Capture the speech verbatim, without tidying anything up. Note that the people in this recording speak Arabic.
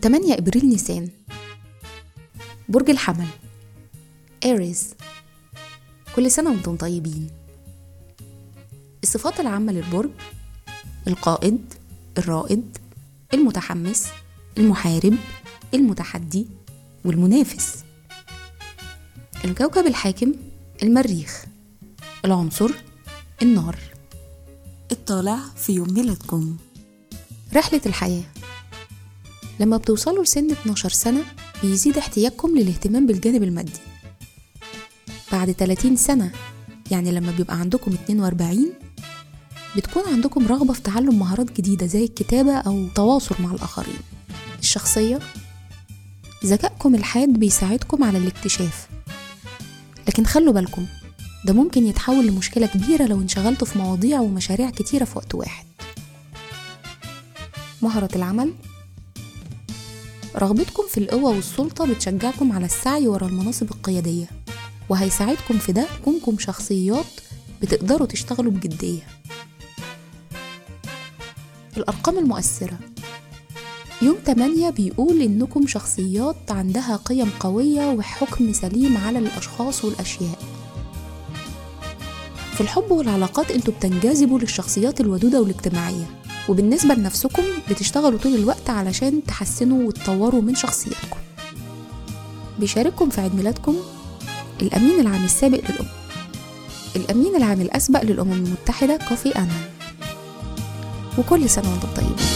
تمانية إبريل نيسان. برج الحمل إيريز. كل سنة وانتم طيبين. الصفات العامة للبرج: القائد، الرائد، المتحمس، المحارب، المتحدي، والمنافس. الكوكب الحاكم: المريخ. العنصر: النار. الطالع في يوم ميلادكم. رحلة الحياة: لما بتوصلوا لسن اتناشر سنة بيزيد احتياجكم للاهتمام بالجانب المادي. بعد تلاتين سنة، يعني لما بيبقى عندكم اتنين واربعين، بتكون عندكم رغبة في تعلم مهارات جديدة زي الكتابة أو تواصل مع الآخرين. الشخصية: ذكائكم الحاد بيساعدكم على الاكتشاف، لكن خلوا بالكم ده ممكن يتحول لمشكلة كبيرة لو انشغلتوا في مواضيع ومشاريع كتيرة في وقت واحد. مهارة العمل: رغبتكم في القوة والسلطة بتشجعكم على السعي ورا المناصب القيادية، وهيساعدكم في ده كونكم شخصيات بتقدروا تشتغلوا بجدية. الأرقام المؤثرة: يوم تمانية بيقول إنكم شخصيات عندها قيم قوية وحكم سليم على الأشخاص والأشياء. في الحب والعلاقات انتوا بتنجذبوا للشخصيات الودودة والاجتماعية، وبالنسبة لنفسكم بتشتغلوا طول الوقت علشان تحسنوا وتطوروا من شخصيتكم. بيشارككم في عيد ميلادكم الأمين العام السابق للأمم، الأمين العام الأسبق للأمم المتحدة كوفي آنان. وكل سنة وانتم طيبين.